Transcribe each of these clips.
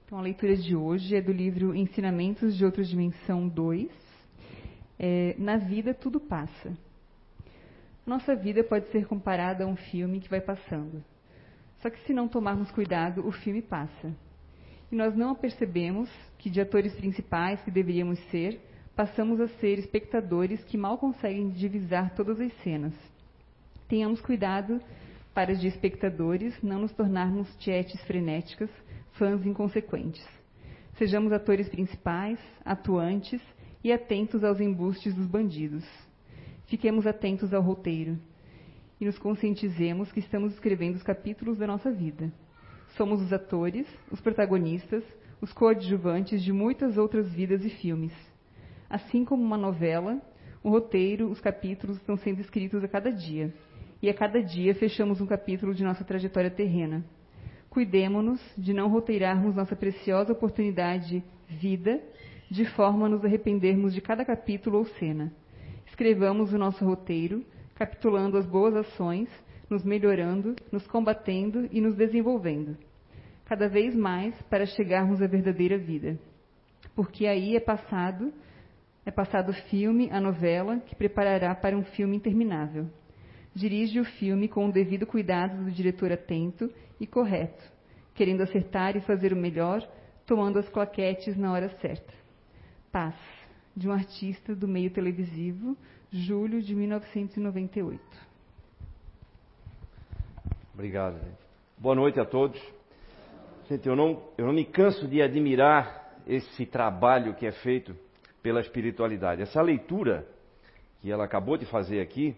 Então, a leitura de hoje é do livro Ensinamentos de Outra Dimensão 2. Na vida, tudo passa. Nossa vida pode ser comparada a um filme que vai passando. Só que se não tomarmos cuidado, o filme passa. E nós não percebemos que de atores principais que deveríamos ser, passamos a ser espectadores que mal conseguem divisar todas as cenas. Tenhamos cuidado para, de espectadores, não nos tornarmos tietes frenéticas, fãs inconsequentes. Sejamos atores principais, atuantes e atentos aos embustes dos bandidos. Fiquemos atentos ao roteiro e nos conscientizemos que estamos escrevendo os capítulos da nossa vida. Somos os atores, os protagonistas, os coadjuvantes de muitas outras vidas e filmes. Assim como uma novela, o roteiro, os capítulos estão sendo escritos a cada dia. E a cada dia fechamos um capítulo de nossa trajetória terrena. Cuidemo-nos de não roteirarmos nossa preciosa oportunidade vida, de forma a nos arrependermos de cada capítulo ou cena. Escrevamos o nosso roteiro, capitulando as boas ações, nos melhorando, nos combatendo e nos desenvolvendo. Cada vez mais para chegarmos à verdadeira vida. Porque aí é passado o filme, a novela, que preparará para um filme interminável. Dirige o filme com o devido cuidado do diretor atento e correto, querendo acertar e fazer o melhor, tomando as claquetes na hora certa. Paz, de um artista do meio televisivo, julho de 1998. Obrigado, gente. Boa noite a todos. Gente, eu não me canso de admirar esse trabalho que é feito pela espiritualidade. Essa leitura que ela acabou de fazer aqui,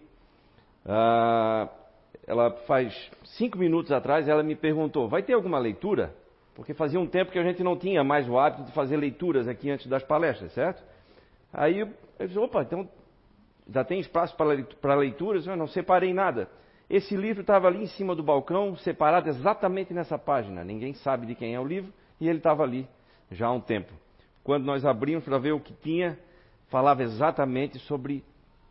ela faz 5 minutos atrás, ela me perguntou, vai ter alguma leitura? Porque fazia um tempo que a gente não tinha mais o hábito de fazer leituras aqui antes das palestras, certo? Aí eu disse, opa, então já tem espaço para leituras? Eu não separei nada. Esse livro estava ali em cima do balcão, separado exatamente nessa página. Ninguém sabe de quem é o livro, e ele estava ali já há um tempo. Quando nós abrimos para ver o que tinha, falava exatamente sobre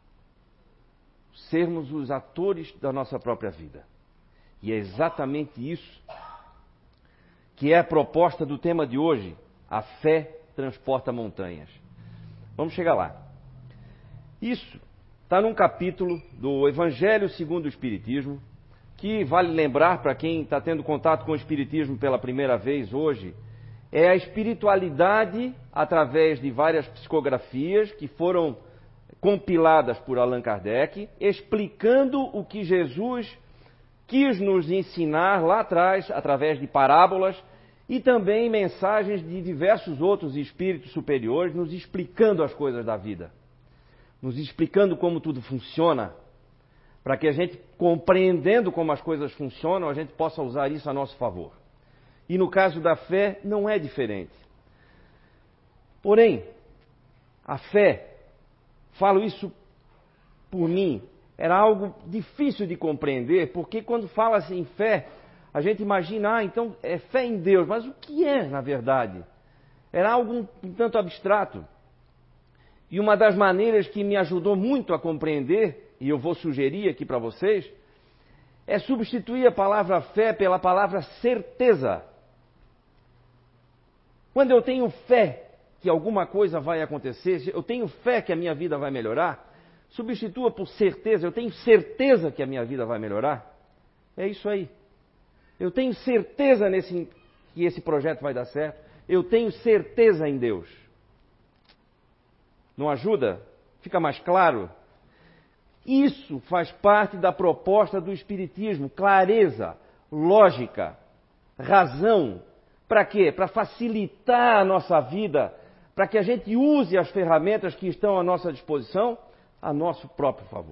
sermos os atores da nossa própria vida. E é exatamente isso que é a proposta do tema de hoje. A fé transporta montanhas. Vamos chegar lá. Isso está num capítulo do Evangelho segundo o Espiritismo, que vale lembrar para quem está tendo contato com o Espiritismo pela primeira vez hoje, é a espiritualidade através de várias psicografias que foram compiladas por Allan Kardec, explicando o que Jesus quis nos ensinar lá atrás, através de parábolas, e também mensagens de diversos outros espíritos superiores, nos explicando as coisas da vida, nos explicando como tudo funciona, para que a gente, compreendendo como as coisas funcionam, a gente possa usar isso a nosso favor. E no caso da fé, não é diferente. Porém, a fé, falo isso por mim, era algo difícil de compreender, porque quando fala-se em fé, a gente imagina, então é fé em Deus, mas o que é, na verdade? Era algo um tanto abstrato. E uma das maneiras que me ajudou muito a compreender, e eu vou sugerir aqui para vocês, é substituir a palavra fé pela palavra certeza. Quando eu tenho fé que alguma coisa vai acontecer, eu tenho fé que a minha vida vai melhorar, substitua por certeza, eu tenho certeza que a minha vida vai melhorar. É isso aí. Eu tenho certeza que esse projeto vai dar certo. Eu tenho certeza em Deus. Não ajuda? Fica mais claro? Isso faz parte da proposta do Espiritismo. Clareza, lógica, razão. Para quê? Para facilitar a nossa vida, para que a gente use as ferramentas que estão à nossa disposição a nosso próprio favor.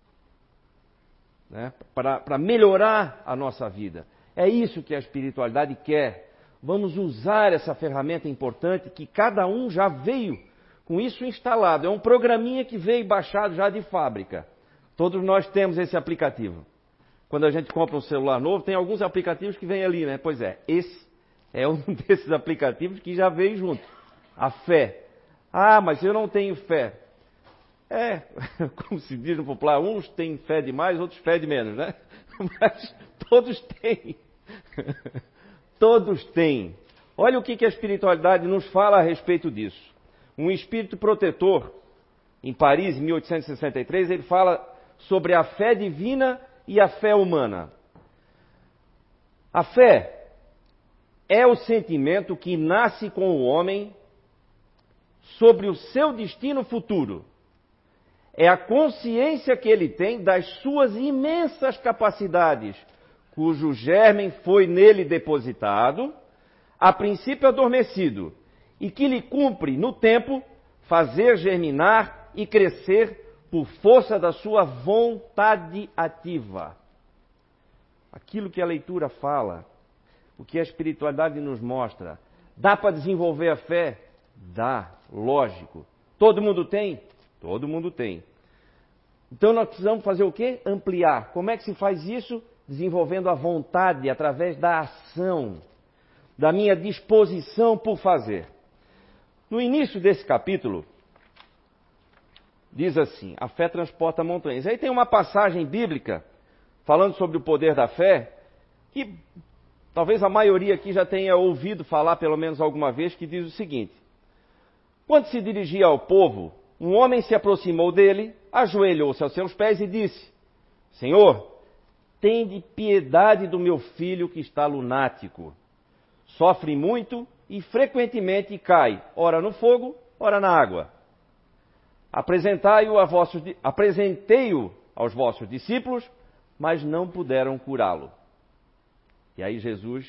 Né? Para melhorar a nossa vida. É isso que a espiritualidade quer. Vamos usar essa ferramenta importante que cada um já veio com isso instalado. É um programinha que veio baixado já de fábrica. Todos nós temos esse aplicativo. Quando a gente compra um celular novo, tem alguns aplicativos que vêm ali, né? Pois é, esse é um desses aplicativos que já veio junto. A fé. Ah, mas eu não tenho fé. Como se diz no popular, uns têm fé de mais, outros fé de menos, né? Mas todos têm. Todos têm. Olha o que a espiritualidade nos fala a respeito disso. Um espírito protetor, em Paris, em 1863, ele fala sobre a fé divina e a fé humana. A fé é o sentimento que nasce com o homem sobre o seu destino futuro. É a consciência que ele tem das suas imensas capacidades, cujo germe foi nele depositado, a princípio adormecido, e que lhe cumpre, no tempo, fazer germinar e crescer por força da sua vontade ativa. Aquilo que a leitura fala, o que a espiritualidade nos mostra, dá para desenvolver a fé? Dá, lógico. Todo mundo tem? Todo mundo tem. Então nós precisamos fazer o quê? Ampliar. Como é que se faz isso? Desenvolvendo a vontade através da ação, da minha disposição por fazer. No início desse capítulo, diz assim, a fé transporta montanhas. Aí tem uma passagem bíblica falando sobre o poder da fé, que talvez a maioria aqui já tenha ouvido falar pelo menos alguma vez, que diz o seguinte: quando se dirigia ao povo, um homem se aproximou dele, ajoelhou-se aos seus pés e disse: Senhor, tende piedade do meu filho que está lunático. Sofre muito e frequentemente cai, ora no fogo, ora na água. Apresentei-o aos vossos discípulos, mas não puderam curá-lo. E aí Jesus: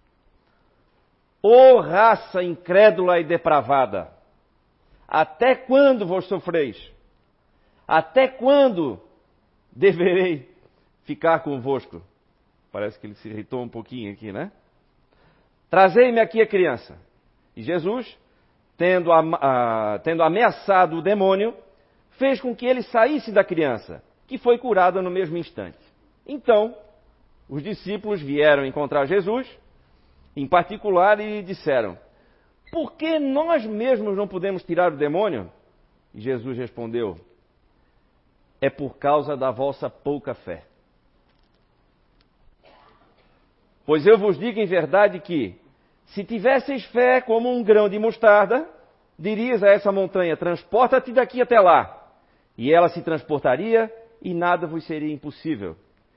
Ó raça incrédula e depravada, até quando vos sofreis? Até quando deverei ficar convosco? Parece que ele se irritou um pouquinho aqui, né? Trazei-me aqui a criança. E Jesus, tendo ameaçado o demônio, fez com que ele saísse da criança, que foi curada no mesmo instante. Então, os discípulos vieram encontrar Jesus, em particular, e disseram: por que nós mesmos não podemos tirar o demônio? E Jesus respondeu: é por causa da vossa pouca fé. Pois eu vos digo em verdade que, se tivesseis fé como um grão de mostarda, dirias a essa montanha: transporta-te daqui até lá. E ela se transportaria e nada vos seria impossível.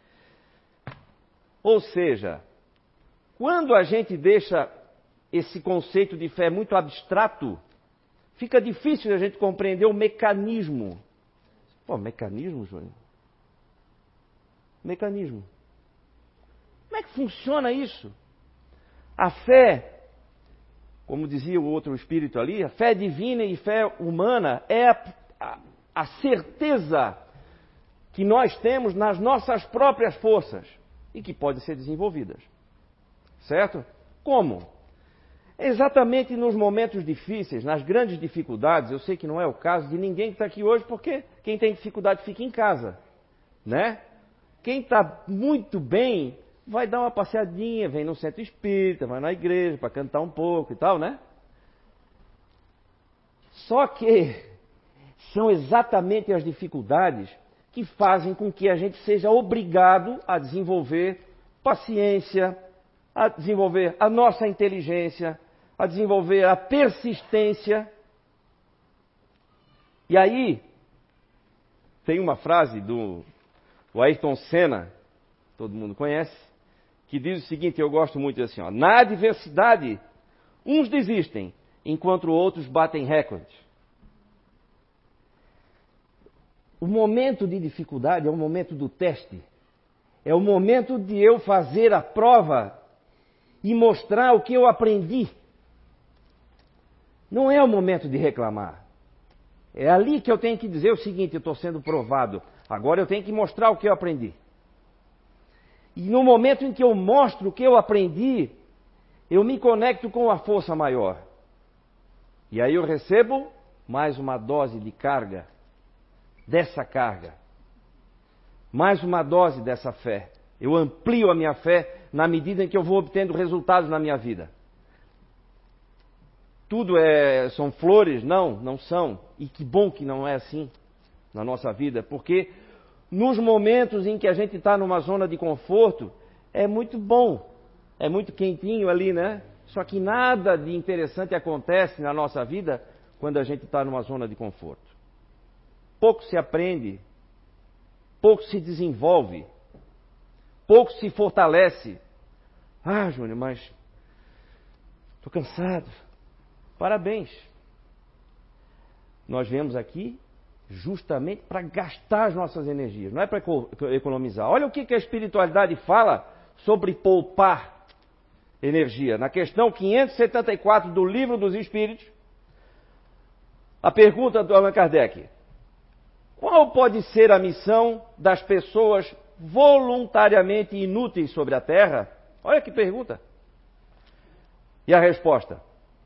Ou seja, quando a gente deixa esse conceito de fé muito abstrato, fica difícil a gente compreender o mecanismo. Pô, mecanismo, Júnior? Mecanismo. Como é que funciona isso? A fé, como dizia o outro espírito ali, a fé divina e fé humana é a certeza que nós temos nas nossas próprias forças e que podem ser desenvolvidas. Certo? Como? Exatamente nos momentos difíceis, nas grandes dificuldades. Eu sei que não é o caso de ninguém que está aqui hoje, porque quem tem dificuldade fica em casa, né? Quem está muito bem vai dar uma passeadinha, vem no centro espírita, vai na igreja para cantar um pouco e tal, né? Só que são exatamente as dificuldades que fazem com que a gente seja obrigado a desenvolver paciência, a desenvolver a nossa inteligência, a desenvolver a persistência. E aí, tem uma frase do Ayrton Senna, todo mundo conhece, que diz o seguinte, eu gosto muito assim, ó: na adversidade, uns desistem, enquanto outros batem recordes. O momento de dificuldade é o momento do teste. É o momento de eu fazer a prova e mostrar o que eu aprendi. Não é o momento de reclamar. É ali que eu tenho que dizer o seguinte: eu estou sendo provado. Agora eu tenho que mostrar o que eu aprendi. E no momento em que eu mostro o que eu aprendi, eu me conecto com a força maior. E aí eu recebo mais uma dose de carga, dessa carga. Mais uma dose dessa fé. Eu amplio a minha fé na medida em que eu vou obtendo resultados na minha vida. Tudo são flores? Não, não são. E que bom que não é assim na nossa vida, porque nos momentos em que a gente está numa zona de conforto, é muito bom, é muito quentinho ali, né? Só que nada de interessante acontece na nossa vida quando a gente está numa zona de conforto. Pouco se aprende, pouco se desenvolve, pouco se fortalece. Ah, Júnior, mas estou cansado. Parabéns. Nós viemos aqui justamente para gastar as nossas energias, não é para economizar. Olha o que a espiritualidade fala sobre poupar energia. Na questão 574 do Livro dos Espíritos, a pergunta do Allan Kardec: qual pode ser a missão das pessoas voluntariamente inúteis sobre a Terra? Olha que pergunta. E a resposta: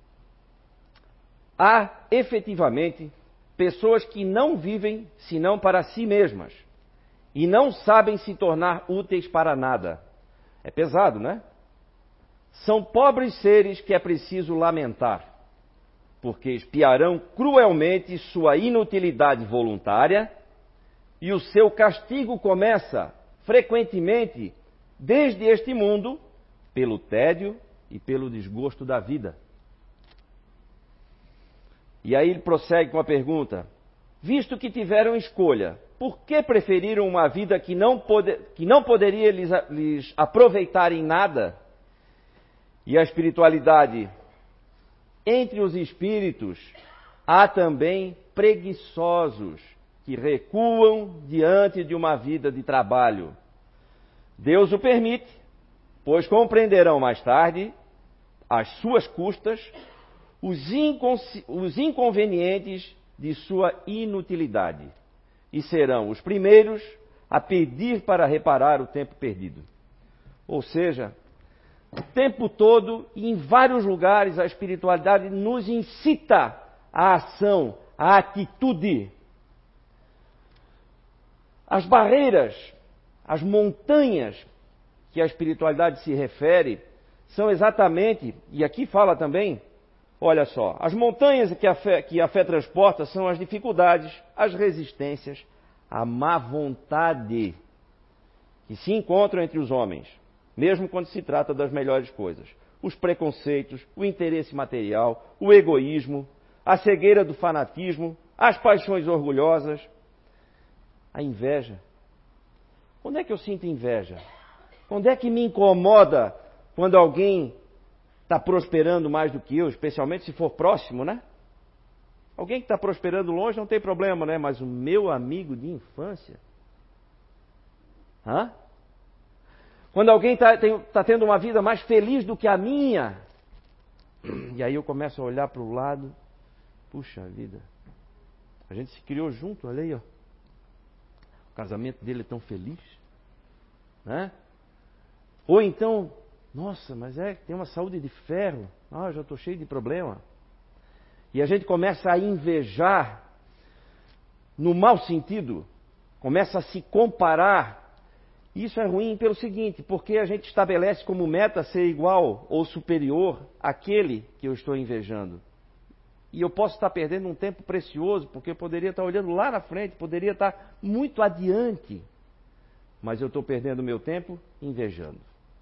há efetivamente pessoas que não vivem senão para si mesmas e não sabem se tornar úteis para nada. É pesado, né? São pobres seres que é preciso lamentar, porque expiarão cruelmente sua inutilidade voluntária e o seu castigo começa, frequentemente, desde este mundo, pelo tédio e pelo desgosto da vida. E aí ele prossegue com a pergunta: visto que tiveram escolha, por que preferiram uma vida que não poderia lhes aproveitar em nada? E a espiritualidade: entre os espíritos há também preguiçosos que recuam diante de uma vida de trabalho. Deus o permite, pois compreenderão mais tarde, às suas custas, os inconvenientes de sua inutilidade, e serão os primeiros a pedir para reparar o tempo perdido. Ou seja, o tempo todo e em vários lugares a espiritualidade nos incita à ação, à atitude. As barreiras, as montanhas que a espiritualidade se refere são exatamente, e aqui fala também, olha só, as montanhas que a fé transporta são as dificuldades, as resistências, a má vontade que se encontram entre os homens, mesmo quando se trata das melhores coisas. Os preconceitos, o interesse material, o egoísmo, a cegueira do fanatismo, as paixões orgulhosas, a inveja. Quando é que eu sinto inveja? Quando é que me incomoda quando alguém está prosperando mais do que eu, especialmente se for próximo, né? Alguém que está prosperando longe não tem problema, né? Mas o meu amigo de infância. Hã? Quando alguém está tendo uma vida mais feliz do que a minha. E aí eu começo a olhar para o lado. Puxa vida. A gente se criou junto, olha aí, ó. O casamento dele é tão feliz. Né? Ou então, nossa, mas tem uma saúde de ferro. Ah, já estou cheio de problema. E a gente começa a invejar no mau sentido. Começa a se comparar. Isso é ruim pelo seguinte, porque a gente estabelece como meta ser igual ou superior àquele que eu estou invejando. E eu posso estar perdendo um tempo precioso, porque eu poderia estar olhando lá na frente, poderia estar muito adiante. Mas eu estou perdendo meu tempo invejando.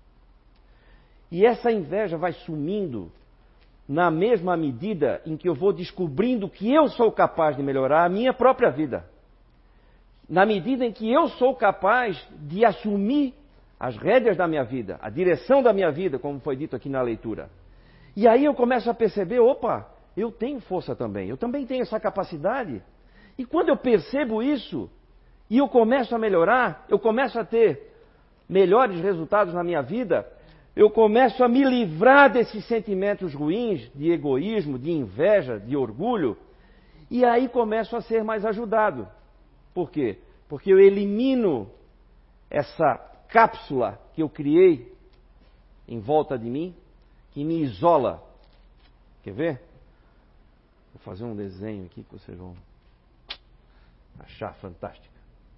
E essa inveja vai sumindo na mesma medida em que eu vou descobrindo que eu sou capaz de melhorar a minha própria vida. Na medida em que eu sou capaz de assumir as rédeas da minha vida, a direção da minha vida, como foi dito aqui na leitura. E aí eu começo a perceber, opa, eu tenho força também, eu também tenho essa capacidade. E quando eu percebo isso, e eu começo a melhorar, eu começo a ter melhores resultados na minha vida, eu começo a me livrar desses sentimentos ruins, de egoísmo, de inveja, de orgulho, e aí começo a ser mais ajudado. Por quê? Porque eu elimino essa cápsula que eu criei em volta de mim, que me isola. Quer ver? Vou fazer um desenho aqui que vocês vão achar fantástico.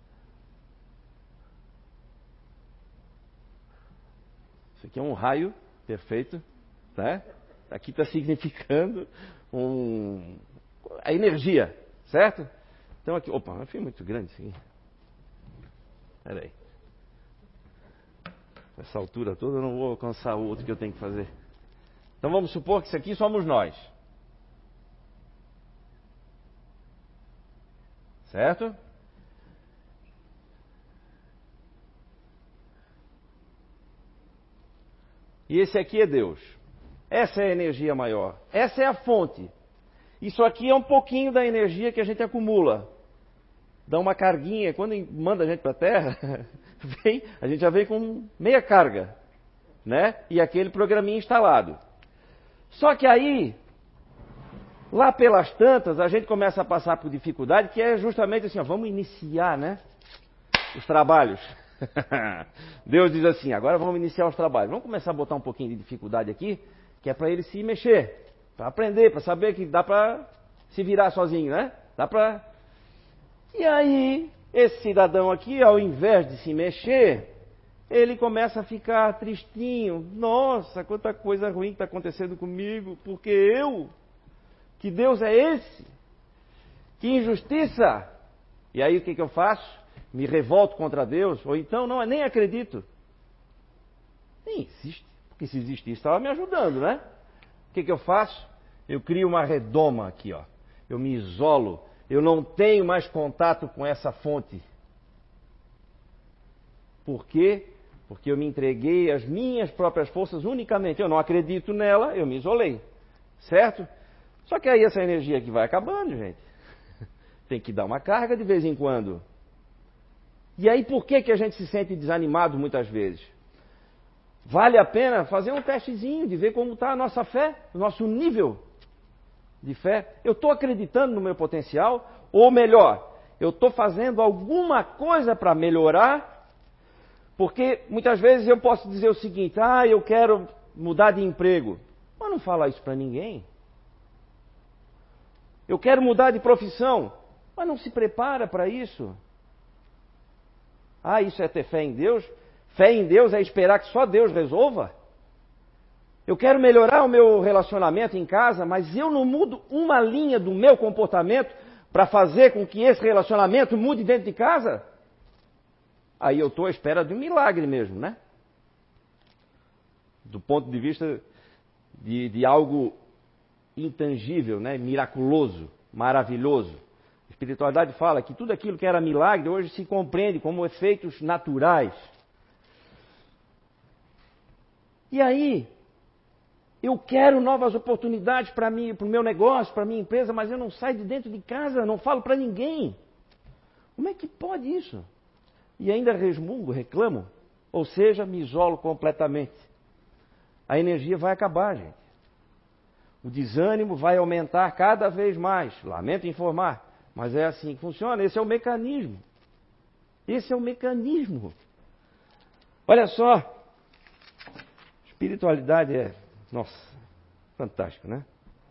Isso aqui é um raio perfeito, tá? Aqui está significando a energia, certo? Então aqui, opa, mas foi muito grande isso aqui. Espera aí. Essa altura toda eu não vou alcançar o outro que eu tenho que fazer. Então vamos supor que isso aqui somos nós. Certo? E esse aqui é Deus. Essa é a energia maior. Essa é a fonte. Isso aqui é um pouquinho da energia que a gente acumula. Dá uma carguinha. Quando manda a gente para a Terra, a gente já vem com meia carga, né? E aquele programinha instalado. Só que aí, lá pelas tantas, a gente começa a passar por dificuldade, que é justamente assim, ó, vamos iniciar, né? Os trabalhos. Deus diz assim, agora vamos iniciar os trabalhos. Vamos começar a botar um pouquinho de dificuldade aqui, que é para ele se mexer, para aprender, para saber que dá para se virar sozinho, né? Dá para... E aí, esse cidadão aqui, ao invés de se mexer, ele começa a ficar tristinho. Nossa, quanta coisa ruim que está acontecendo comigo, porque eu... Que Deus é esse? Que injustiça! E aí o que eu faço? Me revolto contra Deus? Ou então, não, nem acredito. Nem existe. Porque se existisse, estava me ajudando, né? O que eu faço? Eu crio uma redoma aqui, ó. Eu me isolo. Eu não tenho mais contato com essa fonte. Por quê? Porque eu me entreguei às minhas próprias forças unicamente. Eu não acredito nela, eu me isolei. Certo? Só que aí essa energia aqui vai acabando, gente. Tem que dar uma carga de vez em quando. E aí por que a gente se sente desanimado muitas vezes? Vale a pena fazer um testezinho de ver como está a nossa fé, o nosso nível de fé. Eu estou acreditando no meu potencial? Ou melhor, eu estou fazendo alguma coisa para melhorar? Porque muitas vezes eu posso dizer o seguinte, eu quero mudar de emprego. Mas não fala isso para ninguém. Eu quero mudar de profissão, mas não se prepara para isso. Isso é ter fé em Deus? Fé em Deus é esperar que só Deus resolva? Eu quero melhorar o meu relacionamento em casa, mas eu não mudo uma linha do meu comportamento para fazer com que esse relacionamento mude dentro de casa? Aí eu estou à espera de um milagre mesmo, né? Do ponto de vista de algo intangível, né? Miraculoso, maravilhoso. A espiritualidade fala que tudo aquilo que era milagre hoje se compreende como efeitos naturais. E aí, eu quero novas oportunidades para mim, para o meu negócio, para a minha empresa, mas eu não saio de dentro de casa, não falo para ninguém. Como é que pode isso? E ainda resmungo, reclamo, ou seja, me isolo completamente. A energia vai acabar, gente. O desânimo vai aumentar cada vez mais. Lamento informar, mas é assim que funciona. Esse é o mecanismo. Esse é o mecanismo. Olha só. Espiritualidade é, nossa, fantástico, né?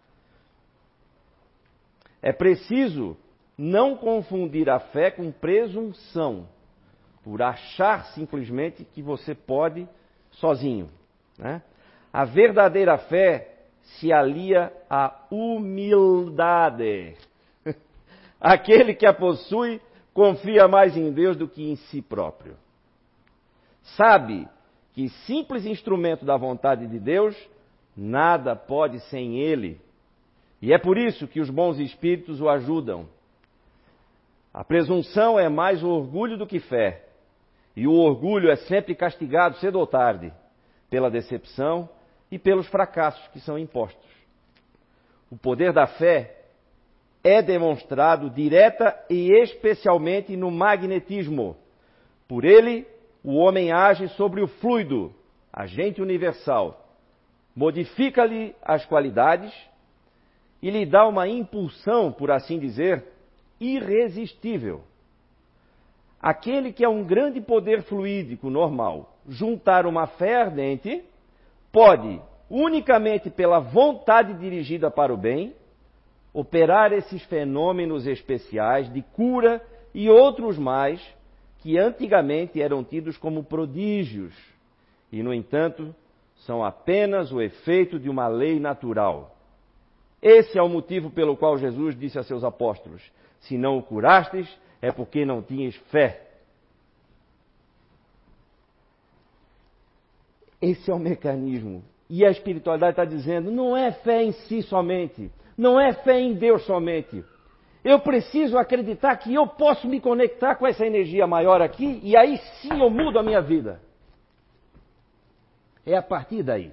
É preciso não confundir a fé com presunção, por achar simplesmente que você pode sozinho, né? A verdadeira fé se alia à humildade. Aquele que a possui confia mais em Deus do que em si próprio. Sabe que simples instrumento da vontade de Deus, nada pode sem Ele. E é por isso que os bons espíritos o ajudam. A presunção é mais orgulho do que fé. E o orgulho é sempre castigado cedo ou tarde, pela decepção e pelos fracassos que são impostos. O poder da fé é demonstrado direta e especialmente no magnetismo. Por ele, o homem age sobre o fluido, agente universal, modifica-lhe as qualidades e lhe dá uma impulsão, por assim dizer, irresistível. Aquele que é um grande poder fluídico normal, juntar uma fé ardente, pode, unicamente pela vontade dirigida para o bem, operar esses fenômenos especiais de cura e outros mais que antigamente eram tidos como prodígios e, no entanto, são apenas o efeito de uma lei natural. Esse é o motivo pelo qual Jesus disse a seus apóstolos: se não o curastes, é porque não tinhas fé. Esse é o mecanismo E a espiritualidade está dizendo, não é fé em si somente, não é fé em Deus somente. Eu preciso acreditar que eu posso me conectar com essa energia maior aqui, e aí sim eu mudo a minha vida. É a partir daí.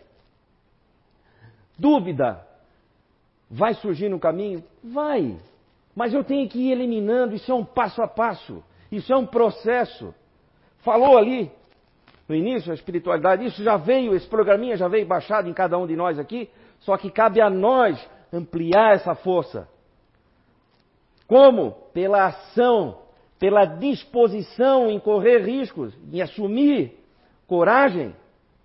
Dúvida vai surgir no caminho? Vai. Mas eu tenho que ir eliminando, isso é um passo a passo, isso é um processo. Falou ali no início a espiritualidade, isso já veio, esse programinha já veio baixado em cada um de nós aqui, só que cabe a nós ampliar essa força. Como? Pela ação, pela disposição em correr riscos, em assumir coragem.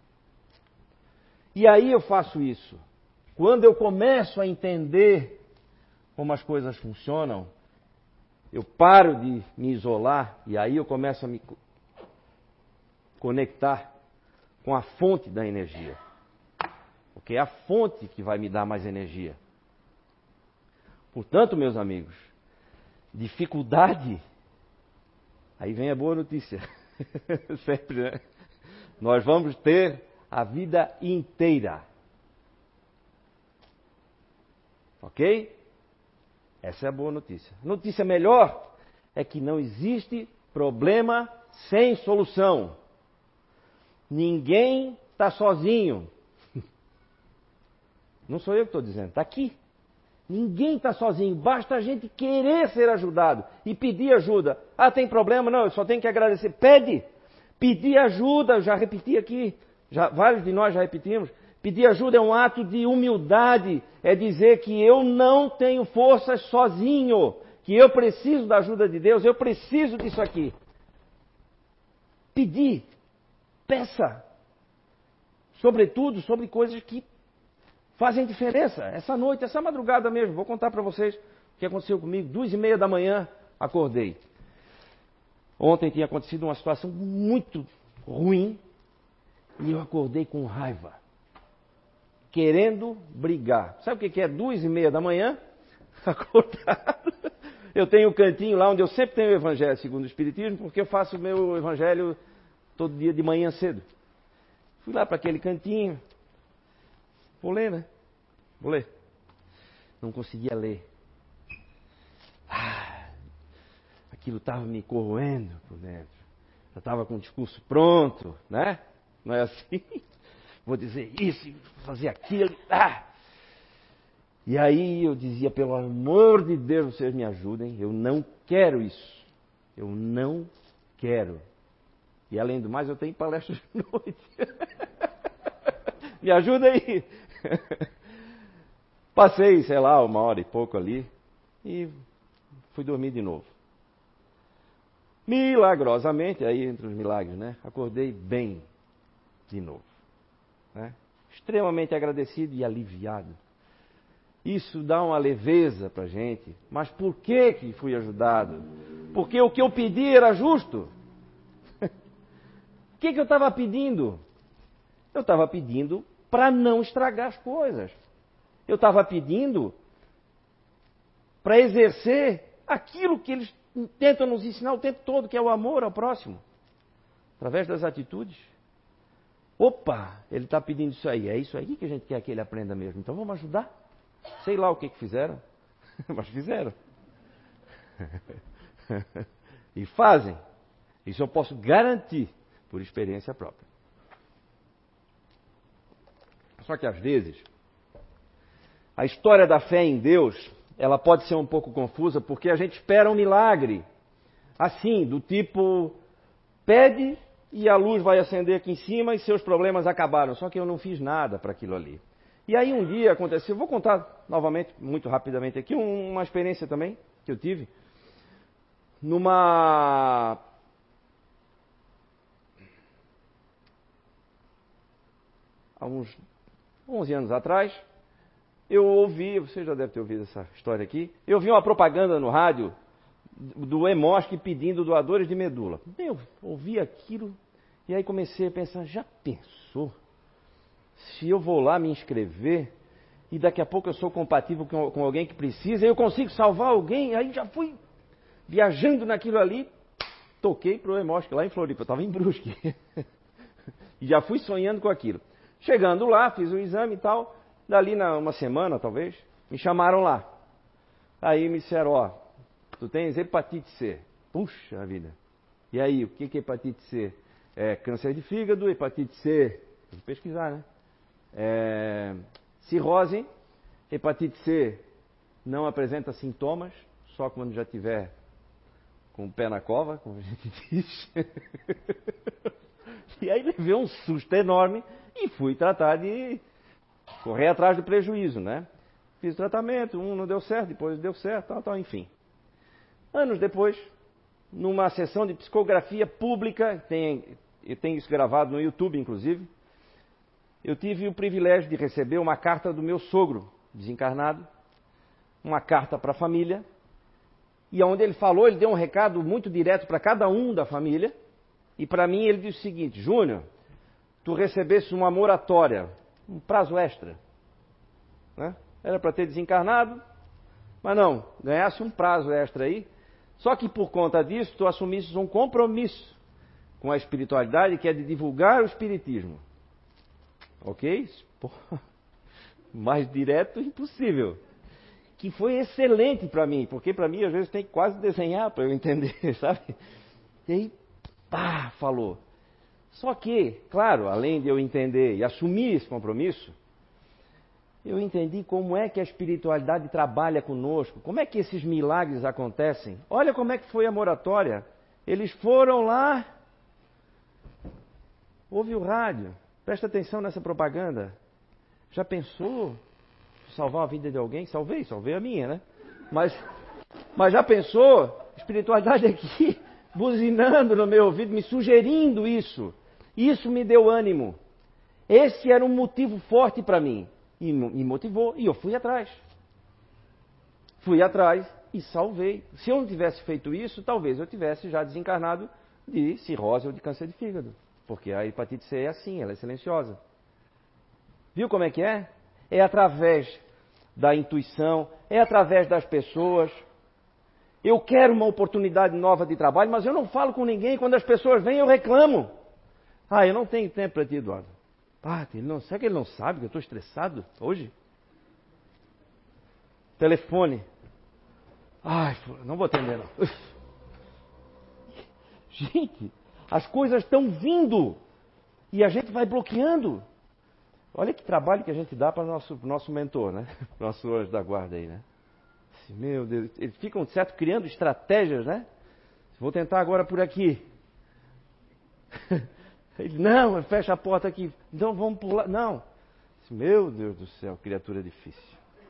E aí eu faço isso. Quando eu começo a entender como as coisas funcionam, eu paro de me isolar e aí eu começo a me conectar com a fonte da energia. Porque é a fonte que vai me dar mais energia. Portanto, meus amigos, dificuldade, aí vem a boa notícia. Sempre, né? Nós vamos ter a vida inteira. Ok? Essa é a boa notícia. Notícia melhor é que não existe problema sem solução. Ninguém está sozinho. Não sou eu que estou dizendo, está aqui. Ninguém está sozinho, basta a gente querer ser ajudado e pedir ajuda. Ah, tem problema? Não, eu só tenho que agradecer. Pede! Pedir ajuda, eu já repeti aqui, vários de nós já repetimos. Pedir ajuda é um ato de humildade, é dizer que eu não tenho forças sozinho, que eu preciso da ajuda de Deus, eu preciso disso aqui. Pedir, peça, sobretudo sobre coisas que fazem diferença. Essa noite, essa madrugada mesmo, vou contar para vocês o que aconteceu comigo. 2:30 da manhã, acordei. Ontem tinha acontecido uma situação muito ruim e eu acordei com raiva, querendo brigar. Sabe o que é 2:30 da manhã? Acordado. Eu tenho um cantinho lá onde eu sempre tenho o Evangelho segundo o Espiritismo, porque eu faço o meu Evangelho todo dia de manhã cedo. Fui lá para aquele cantinho. Vou ler, né? Vou ler. Não conseguia ler. Aquilo estava me corroendo por dentro. Eu estava com o discurso pronto, né? Não é assim? Vou dizer isso, fazer aquilo. E aí eu dizia, pelo amor de Deus, vocês me ajudem. Eu não quero isso. Eu não quero. E além do mais, eu tenho palestra de noite. Me ajuda aí. Passei, sei lá, 1h e pouco ali e fui dormir de novo. Milagrosamente, aí entre os milagres, né? Acordei bem de novo. Né? Extremamente agradecido e aliviado. Isso dá uma leveza para a gente. Mas por que fui ajudado? Porque o que eu pedi era justo. O que eu estava pedindo? Eu estava pedindo para não estragar as coisas. Eu estava pedindo para exercer aquilo que eles tentam nos ensinar o tempo todo, que é o amor ao próximo, através das atitudes. Opa, ele está pedindo isso aí, é isso aí que a gente quer que ele aprenda mesmo. Então vamos ajudar. Sei lá o que fizeram, mas fizeram. E fazem. Isso eu posso garantir por experiência própria. Só que às vezes, a história da fé em Deus, ela pode ser um pouco confusa, porque a gente espera um milagre. Assim, do tipo, pede e a luz vai acender aqui em cima e seus problemas acabaram. Só que eu não fiz nada para aquilo ali. E aí um dia aconteceu, vou contar novamente, muito rapidamente aqui, uma experiência também que eu tive. Há uns 11 anos atrás, eu ouvi, você já deve ter ouvido essa história aqui, eu ouvi uma propaganda no rádio do Hemosc pedindo doadores de medula. Eu ouvi aquilo e aí comecei a pensar, já pensou? Se eu vou lá me inscrever e daqui a pouco eu sou compatível com alguém que precisa, eu consigo salvar alguém, aí já fui viajando naquilo ali, toquei para o Hemosc lá em Floripa, eu estava em Brusque. E já fui sonhando com aquilo. Chegando lá, fiz o exame e tal. Dali, uma semana, talvez, me chamaram lá. Aí me disseram, ó, tu tens hepatite C. Puxa vida. E aí, o que é hepatite C? É câncer de fígado, hepatite C. Tem que pesquisar, né? Cirrose, hepatite C não apresenta sintomas, só quando já tiver com o pé na cova, como a gente diz. E aí levei um susto enorme e fui tratar de correr atrás do prejuízo, né? Fiz tratamento, não deu certo, depois deu certo, tal, enfim. Anos depois, numa sessão de psicografia pública, eu tenho isso gravado no YouTube, inclusive, eu tive o privilégio de receber uma carta do meu sogro, desencarnado, uma carta para a família, e onde ele falou, ele deu um recado muito direto para cada um da família, e para mim ele disse o seguinte: Júnior, tu recebesse uma moratória, um prazo extra, né? Era para ter desencarnado, mas não, ganhasse um prazo extra aí, só que por conta disso tu assumisses um compromisso com a espiritualidade, que é de divulgar o espiritismo. Ok? Porra, mais direto impossível. Que foi excelente para mim, porque para mim às vezes tem que quase desenhar para eu entender, sabe? E aí, pá, falou. Só que, claro, além de eu entender e assumir esse compromisso, eu entendi como é que a espiritualidade trabalha conosco, como é que esses milagres acontecem. Olha como é que foi a moratória. Eles foram lá, ouve o rádio, presta atenção nessa propaganda. Já pensou salvar a vida de alguém? Salvei a minha, né? Mas já pensou? Espiritualidade aqui, buzinando no meu ouvido, me sugerindo isso. Isso me deu ânimo. Esse era um motivo forte para mim. E me motivou, e eu fui atrás. Fui atrás e salvei. Se eu não tivesse feito isso, talvez eu tivesse já desencarnado de cirrose ou de câncer de fígado. Porque a hepatite C é assim, ela é silenciosa. Viu como é que é? É através da intuição, é através das pessoas. Eu quero uma oportunidade nova de trabalho, mas eu não falo com ninguém. Quando as pessoas vêm, eu reclamo. Eu não tenho tempo para ti, Eduardo. Será que ele não sabe que eu estou estressado hoje? Telefone. Não vou atender, não. Gente, as coisas estão vindo e a gente vai bloqueando. Olha que trabalho que a gente dá para o nosso mentor, né? Nosso anjo da guarda aí, né? Meu Deus, eles ficam, certo, criando estratégias, né? Vou tentar agora por aqui. Ele, não, fecha a porta aqui. Então vamos pular. Não. Meu Deus do céu, criatura difícil.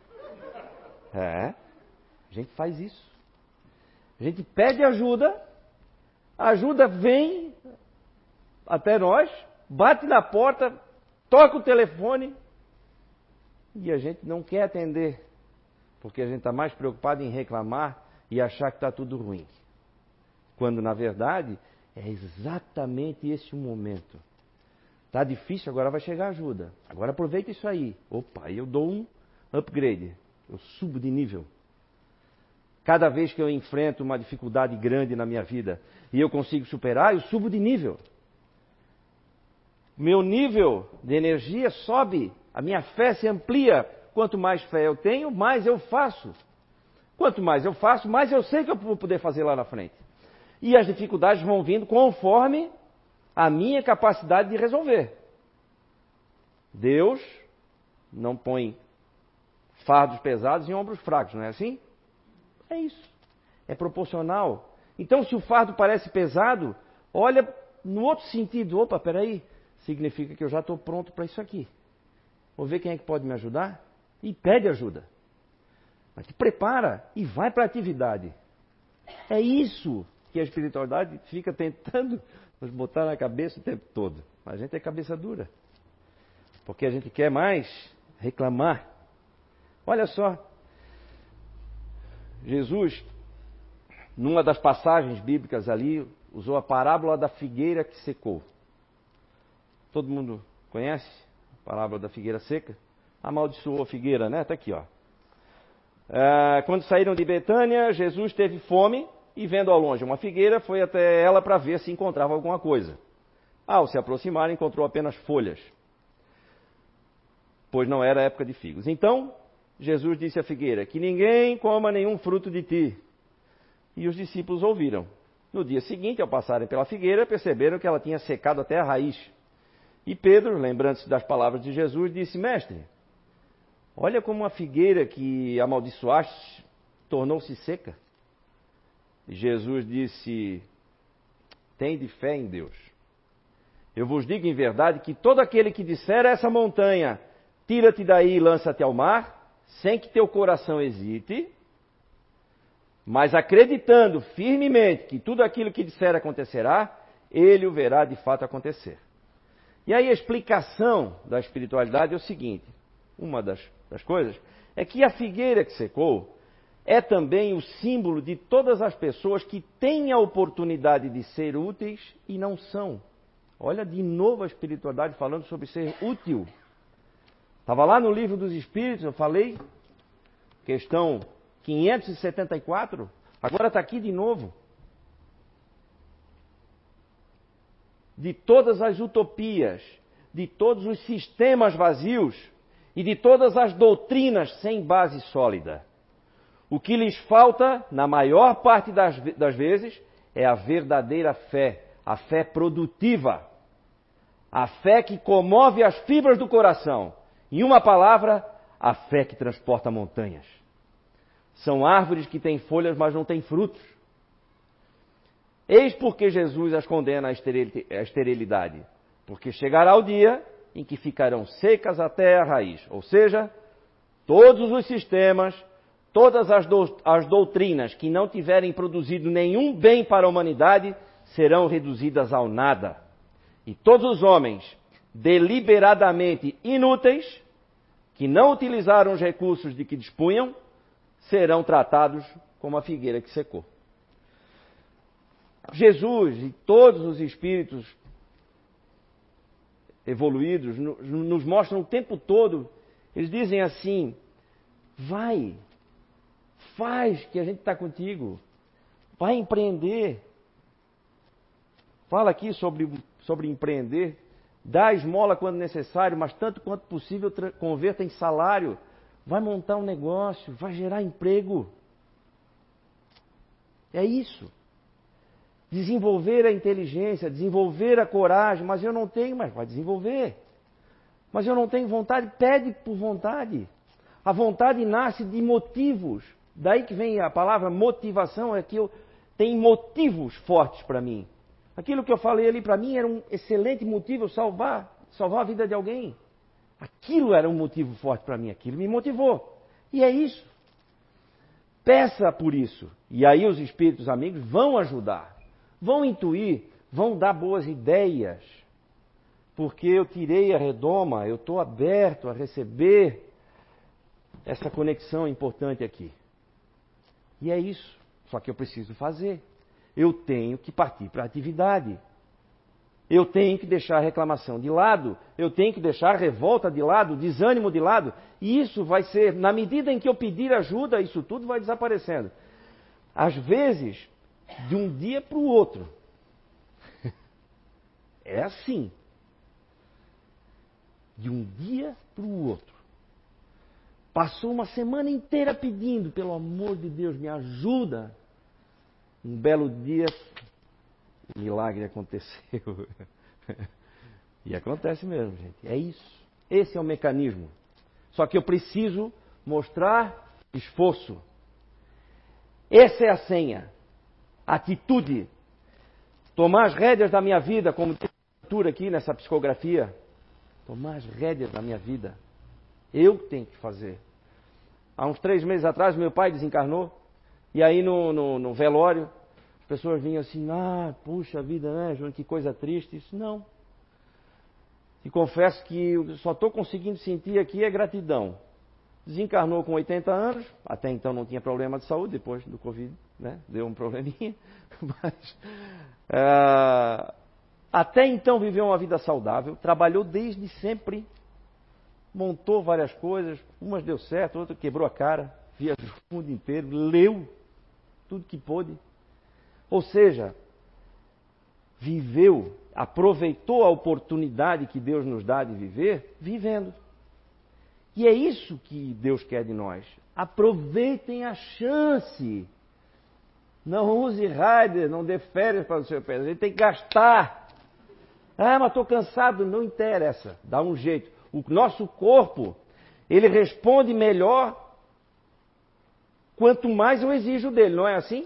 A gente faz isso. A gente pede ajuda, a ajuda vem até nós, bate na porta, toca o telefone e a gente não quer atender, porque a gente está mais preocupado em reclamar e achar que está tudo ruim. Quando, na verdade, é exatamente esse o momento. Está difícil, agora vai chegar ajuda. Agora aproveita isso aí. Opa, eu dou um upgrade. Eu subo de nível. Cada vez que eu enfrento uma dificuldade grande na minha vida e eu consigo superar, eu subo de nível. Meu nível de energia sobe. A minha fé se amplia. Quanto mais fé eu tenho, mais eu faço. Quanto mais eu faço, mais eu sei que eu vou poder fazer lá na frente. E as dificuldades vão vindo conforme a minha capacidade de resolver. Deus não põe fardos pesados em ombros fracos, não é assim? É isso. É proporcional. Então, se o fardo parece pesado, olha no outro sentido. Opa, peraí. Significa que eu já estou pronto para isso aqui. Vou ver quem é que pode me ajudar? E pede ajuda. Mas te prepara e vai para a atividade. É isso que a espiritualidade fica tentando nos botar na cabeça o tempo todo. Mas a gente é cabeça dura. Porque a gente quer mais reclamar. Olha só. Jesus, numa das passagens bíblicas ali, usou a parábola da figueira que secou. Todo mundo conhece a parábola da figueira seca? Amaldiçoou a figueira, né? Está aqui, ó. Quando saíram de Betânia, Jesus teve fome e, vendo ao longe uma figueira, foi até ela para ver se encontrava alguma coisa. Ao se aproximar, encontrou apenas folhas. pois não era época de figos. Então, Jesus disse à figueira, que ninguém coma nenhum fruto de ti. E os discípulos ouviram. No dia seguinte, ao passarem pela figueira, perceberam que ela tinha secado até a raiz. E Pedro, lembrando-se das palavras de Jesus, disse, mestre, olha como a figueira que amaldiçoaste tornou-se seca. E Jesus disse, tende fé em Deus. Eu vos digo em verdade que todo aquele que disser a essa montanha, tira-te daí e lança-te ao mar, sem que teu coração hesite, mas acreditando firmemente que tudo aquilo que disser acontecerá, ele o verá de fato acontecer. E aí a explicação da espiritualidade é o seguinte, uma das coisas, é que a figueira que secou é também o símbolo de todas as pessoas que têm a oportunidade de ser úteis e não são. Olha de novo a espiritualidade falando sobre ser útil. Estava lá no livro dos Espíritos, eu falei, questão 574, agora está aqui de novo. De todas as utopias, de todos os sistemas vazios e de todas as doutrinas sem base sólida. O que lhes falta, na maior parte das vezes, é a verdadeira fé, a fé produtiva, a fé que comove as fibras do coração. Em uma palavra, a fé que transporta montanhas. São árvores que têm folhas, mas não têm frutos. Eis porque Jesus as condena à esterilidade. Porque chegará o dia em que ficarão secas até a raiz. Ou seja, todos os sistemas, todas as doutrinas que não tiverem produzido nenhum bem para a humanidade serão reduzidas ao nada. E todos os homens deliberadamente inúteis, que não utilizaram os recursos de que dispunham, serão tratados como a figueira que secou. Jesus e todos os espíritos evoluídos nos mostram o tempo todo, eles dizem assim, vai, faz que a gente está contigo, vai empreender. Fala aqui sobre empreender, dá esmola quando necessário, mas tanto quanto possível converta em salário, vai montar um negócio, vai gerar emprego. É isso. Desenvolver a inteligência, desenvolver a coragem, mas eu não tenho, mas vai desenvolver. Mas eu não tenho vontade, pede por vontade. A vontade nasce de motivos. Daí que vem a palavra motivação, é que eu tenho motivos fortes para mim. Aquilo que eu falei ali para mim era um excelente motivo, salvar a vida de alguém. Aquilo era um motivo forte para mim, aquilo me motivou. E é isso. Peça por isso. E aí os espíritos amigos vão ajudar, vão intuir, vão dar boas ideias. Porque eu tirei a redoma, eu estou aberto a receber essa conexão importante aqui. E é isso. Só que eu preciso fazer. Eu tenho que partir para a atividade. Eu tenho que deixar a reclamação de lado. Eu tenho que deixar a revolta de lado, o desânimo de lado. E isso vai ser, na medida em que eu pedir ajuda, isso tudo vai desaparecendo. Às vezes, de um dia para o outro. É assim. De um dia para o outro. Passou uma semana inteira pedindo, pelo amor de Deus, me ajuda. Um belo dia, o milagre aconteceu. E acontece mesmo, gente. É isso. Esse é o mecanismo. Só que eu preciso mostrar esforço. Essa é a senha. Atitude. Tomar as rédeas da minha vida, como tem leitura aqui nessa psicografia. Tomar as rédeas da minha vida. Eu tenho que fazer. Há uns 3 meses atrás, meu pai desencarnou. E aí no velório, as pessoas vinham assim, puxa vida, né, João, que coisa triste. Isso não. E confesso que eu só estou conseguindo sentir aqui é gratidão. Desencarnou com 80 anos, até então não tinha problema de saúde, depois do Covid, né, deu um probleminha. Mas, até então viveu uma vida saudável, trabalhou desde sempre, montou várias coisas, umas deu certo, outra quebrou a cara, viajou o mundo inteiro, leu tudo que pôde. Ou seja, viveu, aproveitou a oportunidade que Deus nos dá de viver, vivendo. E é isso que Deus quer de nós. Aproveitem a chance. Não use rider, não dê férias para o seu pé. A gente tem que gastar. Ah, mas estou cansado. Não interessa. Dá um jeito. O nosso corpo, ele responde melhor quanto mais eu exijo dele. Não é assim?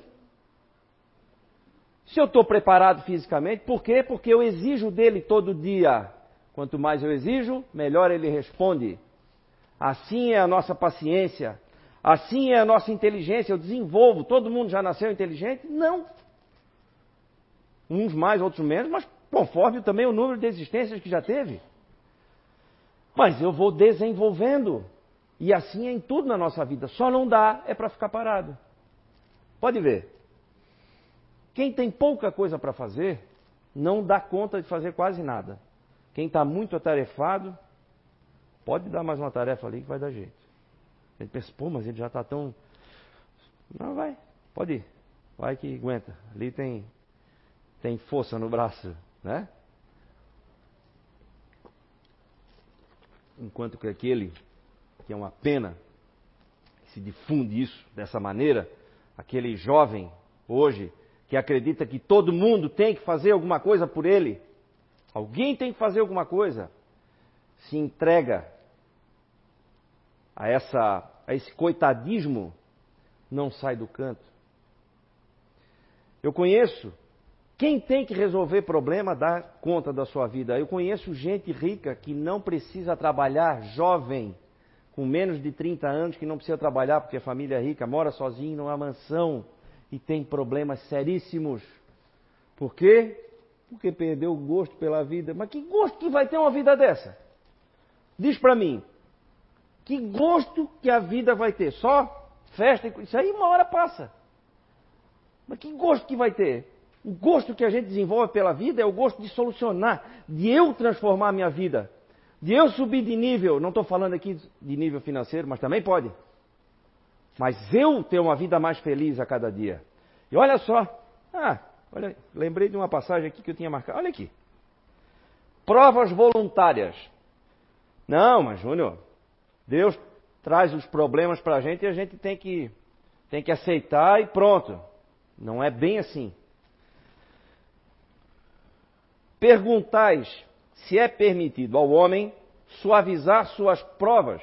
Se eu estou preparado fisicamente, por quê? Porque eu exijo dele todo dia. Quanto mais eu exijo, melhor ele responde. Assim é a nossa paciência. Assim é a nossa inteligência. Eu desenvolvo. Todo mundo já nasceu inteligente? Não. Uns mais, outros menos, mas conforme também o número de existências que já teve. Mas eu vou desenvolvendo. E assim é em tudo na nossa vida. Só não dá é para ficar parado. Pode ver. Quem tem pouca coisa para fazer, não dá conta de fazer quase nada. Quem está muito atarefado, pode dar mais uma tarefa ali que vai dar jeito. Ele pensa, pô, mas ele já está tão... Não, vai, pode ir. Vai que aguenta. Ali tem força no braço, né? Enquanto que aquele, que é uma pena, que se difunde isso dessa maneira, aquele jovem hoje, que acredita que todo mundo tem que fazer alguma coisa por ele, alguém tem que fazer alguma coisa, se entrega a esse coitadismo, não sai do canto. Eu conheço, quem tem que resolver problema dá conta da sua vida. Eu conheço gente rica que não precisa trabalhar, jovem, com menos de 30 anos, que não precisa trabalhar porque a família é rica, mora sozinho numa mansão e tem problemas seríssimos. Por quê? Porque perdeu o gosto pela vida. Mas que gosto que vai ter uma vida dessa? Diz para mim. Que gosto que a vida vai ter? Só festa? Isso aí uma hora passa. Mas que gosto que vai ter? O gosto que a gente desenvolve pela vida é o gosto de solucionar, de eu transformar a minha vida, de eu subir de nível. Não estou falando aqui de nível financeiro, mas também pode. Mas eu ter uma vida mais feliz a cada dia. E olha só. Olha, lembrei de uma passagem aqui que eu tinha marcado. Olha aqui. Provas voluntárias. Não, mas Júnior, Deus traz os problemas para a gente e a gente tem que aceitar e pronto. Não é bem assim. Perguntais se é permitido ao homem suavizar suas provas.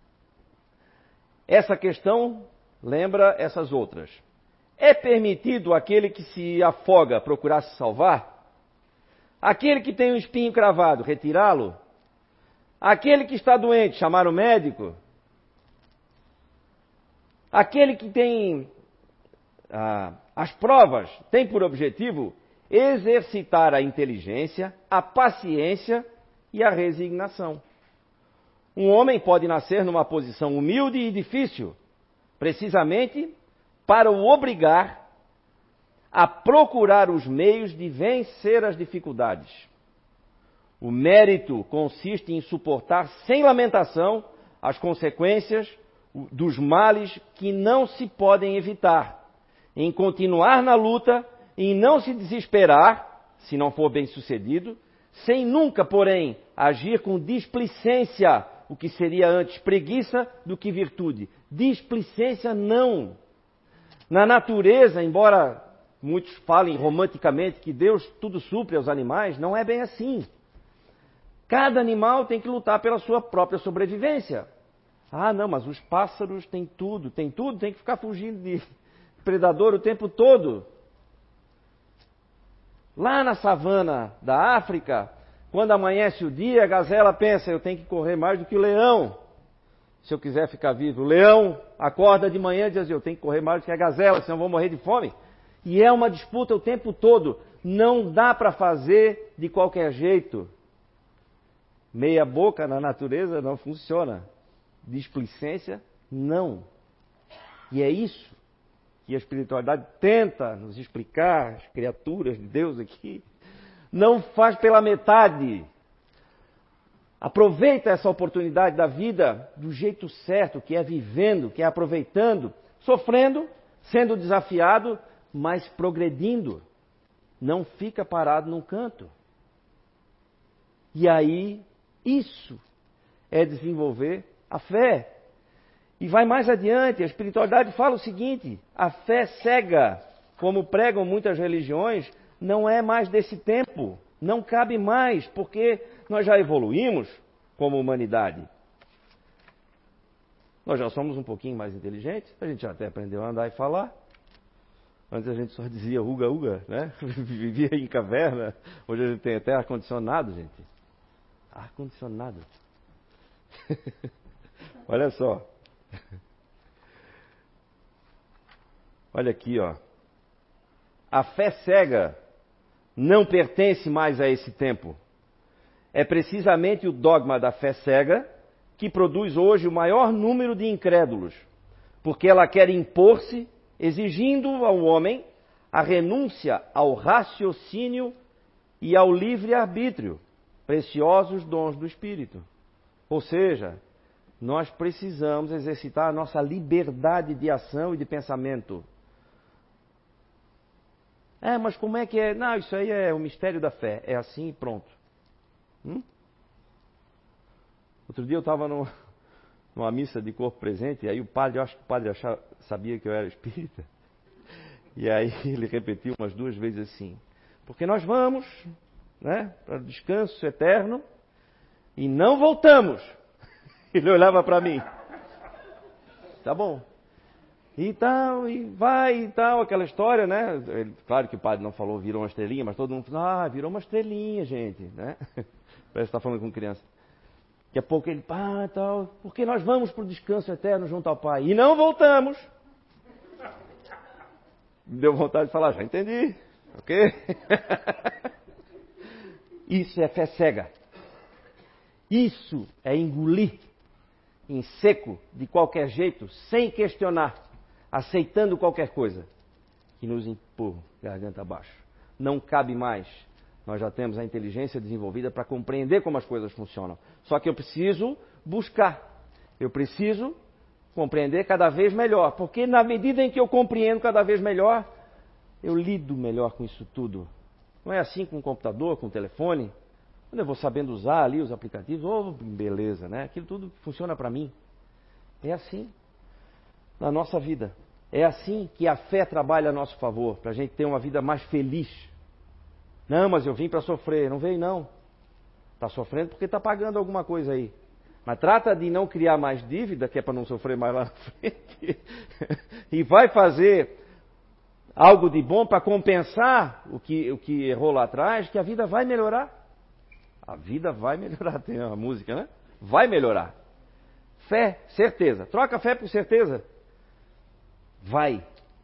Essa questão lembra essas outras. É permitido aquele que se afoga procurar se salvar? Aquele que tem um espinho cravado, retirá-lo? Aquele que está doente, chamar o médico? Aquele que tem... as provas têm por objetivo exercitar a inteligência, a paciência e a resignação. Um homem pode nascer numa posição humilde e difícil, precisamente para o obrigar a procurar os meios de vencer as dificuldades. O mérito consiste em suportar sem lamentação as consequências dos males que não se podem evitar, em continuar na luta, em não se desesperar, se não for bem sucedido, sem nunca, porém, agir com displicência, o que seria antes preguiça do que virtude. Displicência não. Na natureza, embora muitos falem romanticamente que Deus tudo supre aos animais, não é bem assim. Cada animal tem que lutar pela sua própria sobrevivência. Não, mas os pássaros têm tudo, tem que ficar fugindo de predador o tempo todo. Lá na savana da África, quando amanhece o dia, a gazela pensa, eu tenho que correr mais do que o leão, se eu quiser ficar vivo. O leão acorda de manhã e diz, eu tenho que correr mais do que a gazela, senão eu vou morrer de fome. E é uma disputa o tempo todo. Não dá para fazer de qualquer jeito. Meia boca na natureza não funciona. Displicência, não. E é isso que a espiritualidade tenta nos explicar, as criaturas de Deus aqui. Não faz pela metade. Aproveita essa oportunidade da vida do jeito certo, que é vivendo, que é aproveitando, sofrendo, sendo desafiado, mas progredindo. Não fica parado num canto. E aí, isso é desenvolver A fé. E vai mais adiante, a espiritualidade fala o seguinte: a fé cega, como pregam muitas religiões, não é mais desse tempo, não cabe mais, porque nós já evoluímos como humanidade. Nós já somos um pouquinho mais inteligentes, a gente já até aprendeu a andar e falar. Antes a gente só dizia uga, uga, né? Vivia em caverna. Hoje a gente tem até ar-condicionado, gente. Ar-condicionado. Olha só. Olha aqui, ó. A fé cega não pertence mais a esse tempo. É precisamente o dogma da fé cega que produz hoje o maior número de incrédulos, porque ela quer impor-se, exigindo ao homem a renúncia ao raciocínio e ao livre-arbítrio, preciosos dons do Espírito. Ou seja, nós precisamos exercitar a nossa liberdade de ação e de pensamento. Mas como é que é? Não, isso aí é o mistério da fé. É assim e pronto. Outro dia eu estava numa missa de corpo presente, e aí o padre, eu acho que o padre sabia que eu era espírita, e aí ele repetiu umas 2 vezes assim: porque nós vamos, né, para o descanso eterno e não voltamos. Ele olhava para mim. Tá bom. E tal, e vai e tal, aquela história, né? Claro que o padre não falou virou uma estrelinha, mas todo mundo falou, virou uma estrelinha, gente, né? Parece que está falando com criança. Daqui a pouco ele, tal, porque nós vamos para o descanso eterno junto ao Pai e não voltamos. Deu vontade de falar, já entendi, ok? Isso é fé cega. Isso é engolir em seco, de qualquer jeito, sem questionar, aceitando qualquer coisa que nos empurra garganta abaixo. Não cabe mais. Nós já temos a inteligência desenvolvida para compreender como as coisas funcionam. Só que eu preciso buscar. Eu preciso compreender cada vez melhor. Porque na medida em que eu compreendo cada vez melhor, eu lido melhor com isso tudo. Não é assim com o computador, com o telefone. Quando eu vou sabendo usar ali os aplicativos, beleza, né? Aquilo tudo funciona para mim. É assim na nossa vida. É assim que a fé trabalha a nosso favor, para a gente ter uma vida mais feliz. Não, mas eu vim para sofrer. Não veio, não. Está sofrendo porque está pagando alguma coisa aí. Mas trata de não criar mais dívida, que é para não sofrer mais lá na frente. E vai fazer algo de bom para compensar o que errou lá atrás, que a vida vai melhorar. A vida vai melhorar. Tem uma música, né? Vai melhorar. Fé, certeza. Troca fé por certeza. Vai.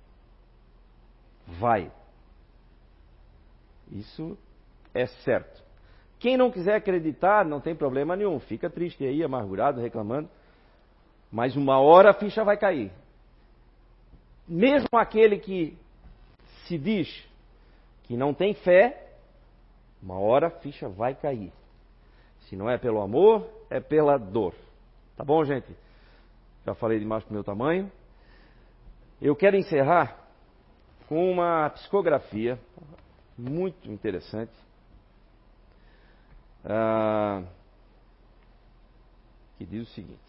Isso é certo. Quem não quiser acreditar, não tem problema nenhum. Fica triste aí, amargurado, reclamando. Mas uma hora a ficha vai cair. Mesmo aquele que se diz que não tem fé, uma hora a ficha vai cair. Se não é pelo amor, é pela dor. Tá bom, gente? Já falei demais pro meu tamanho. Eu quero encerrar com uma psicografia muito interessante. Que diz o seguinte.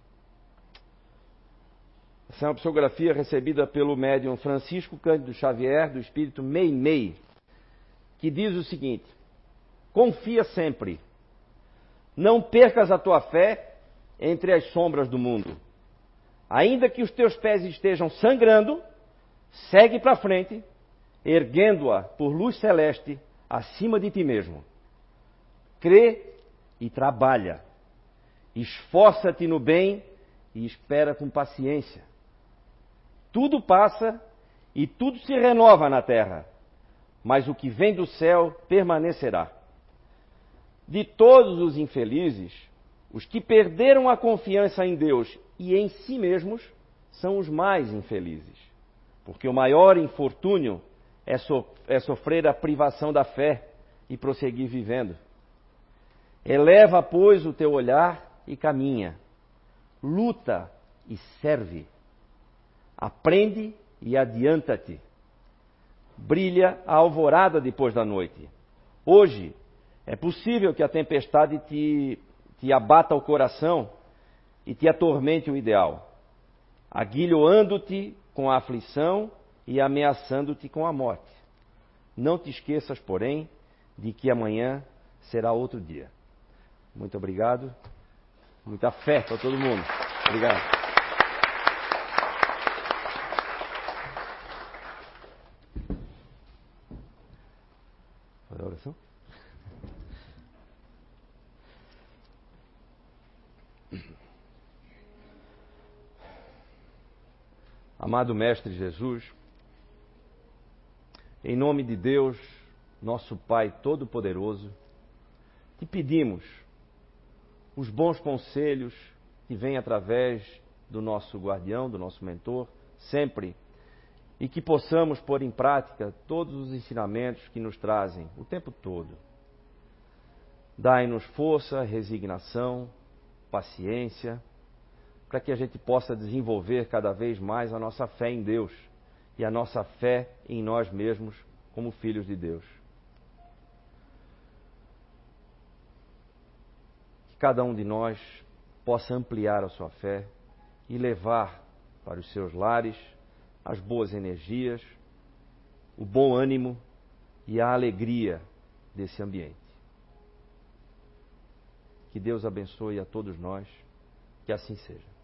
Essa é uma psicografia recebida pelo médium Francisco Cândido Xavier, do espírito Meimei, que diz o seguinte: confia sempre, não percas a tua fé entre as sombras do mundo. Ainda que os teus pés estejam sangrando, segue para frente, erguendo-a por luz celeste acima de ti mesmo. Crê e trabalha. Esforça-te no bem e espera com paciência. Tudo passa e tudo se renova na terra, mas o que vem do céu permanecerá. De todos os infelizes, os que perderam a confiança em Deus e em si mesmos são os mais infelizes, porque o maior infortúnio é sofrer a privação da fé e prosseguir vivendo. Eleva, pois, o teu olhar e caminha. Luta e serve. Aprende e adianta-te. Brilha a alvorada depois da noite. Hoje é possível que a tempestade te abata o coração e te atormente o ideal, aguilhoando-te com a aflição e ameaçando-te com a morte. Não te esqueças, porém, de que amanhã será outro dia. Muito obrigado. Muita fé para todo mundo. Obrigado. Fazer a oração? Amado Mestre Jesus, em nome de Deus, nosso Pai Todo-Poderoso, te pedimos os bons conselhos que vêm através do nosso guardião, do nosso mentor, sempre, e que possamos pôr em prática todos os ensinamentos que nos trazem o tempo todo. Dai-nos força, resignação, paciência, para que a gente possa desenvolver cada vez mais a nossa fé em Deus e a nossa fé em nós mesmos como filhos de Deus. Que cada um de nós possa ampliar a sua fé e levar para os seus lares as boas energias, o bom ânimo e a alegria desse ambiente. Que Deus abençoe a todos nós, que assim seja.